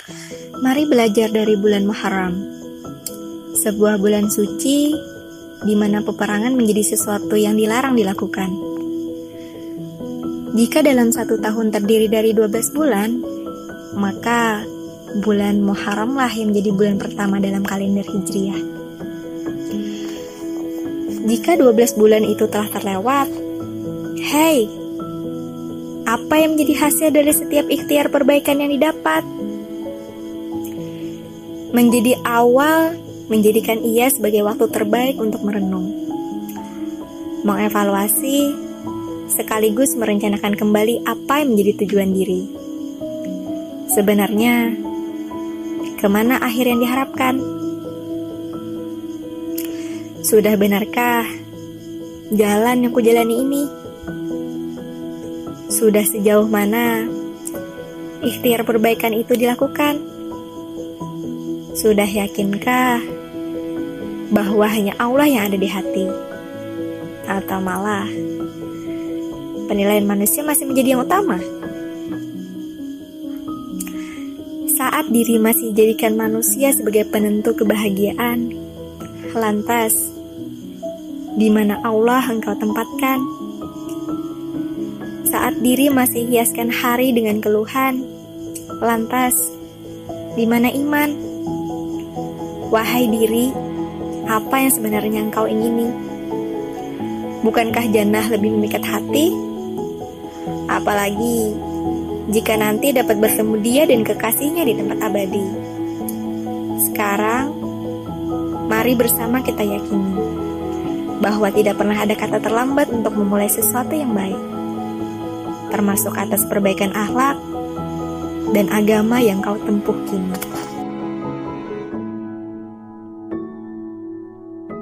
Mari belajar dari bulan Muharram, sebuah bulan suci di mana peperangan menjadi sesuatu yang dilarang dilakukan. Jika dalam satu tahun terdiri dari 12 bulan, maka bulan Muharramlah yang menjadi bulan pertama dalam kalender Hijriah. Jika 12 bulan itu telah terlewat, hey, apa yang menjadi hasil dari setiap ikhtiar perbaikan yang didapat? Menjadi awal menjadikan ia sebagai waktu terbaik untuk merenung, mengevaluasi, sekaligus merencanakan kembali apa yang menjadi tujuan diri. Sebenarnya, kemana akhir yang diharapkan? Sudah benarkah jalan yang kujalani ini? Sudah sejauh mana ikhtiar perbaikan itu dilakukan? Sudah yakinkah bahwa hanya Allah yang ada di hati? Atau malah penilaian manusia masih menjadi yang utama? Saat diri masih dijadikan manusia sebagai penentu kebahagiaan, lantas di mana Allah engkau tempatkan? Saat diri masih hiaskan hari dengan keluhan, lantas di mana iman? Wahai diri, apa yang sebenarnya engkau ingini? Bukankah jannah lebih memikat hati? Apalagi jika nanti dapat bertemu dia dan kekasihnya di tempat abadi. Sekarang, mari bersama kita yakini bahwa tidak pernah ada kata terlambat untuk memulai sesuatu yang baik, termasuk atas perbaikan akhlak dan agama yang kau tempuh kini.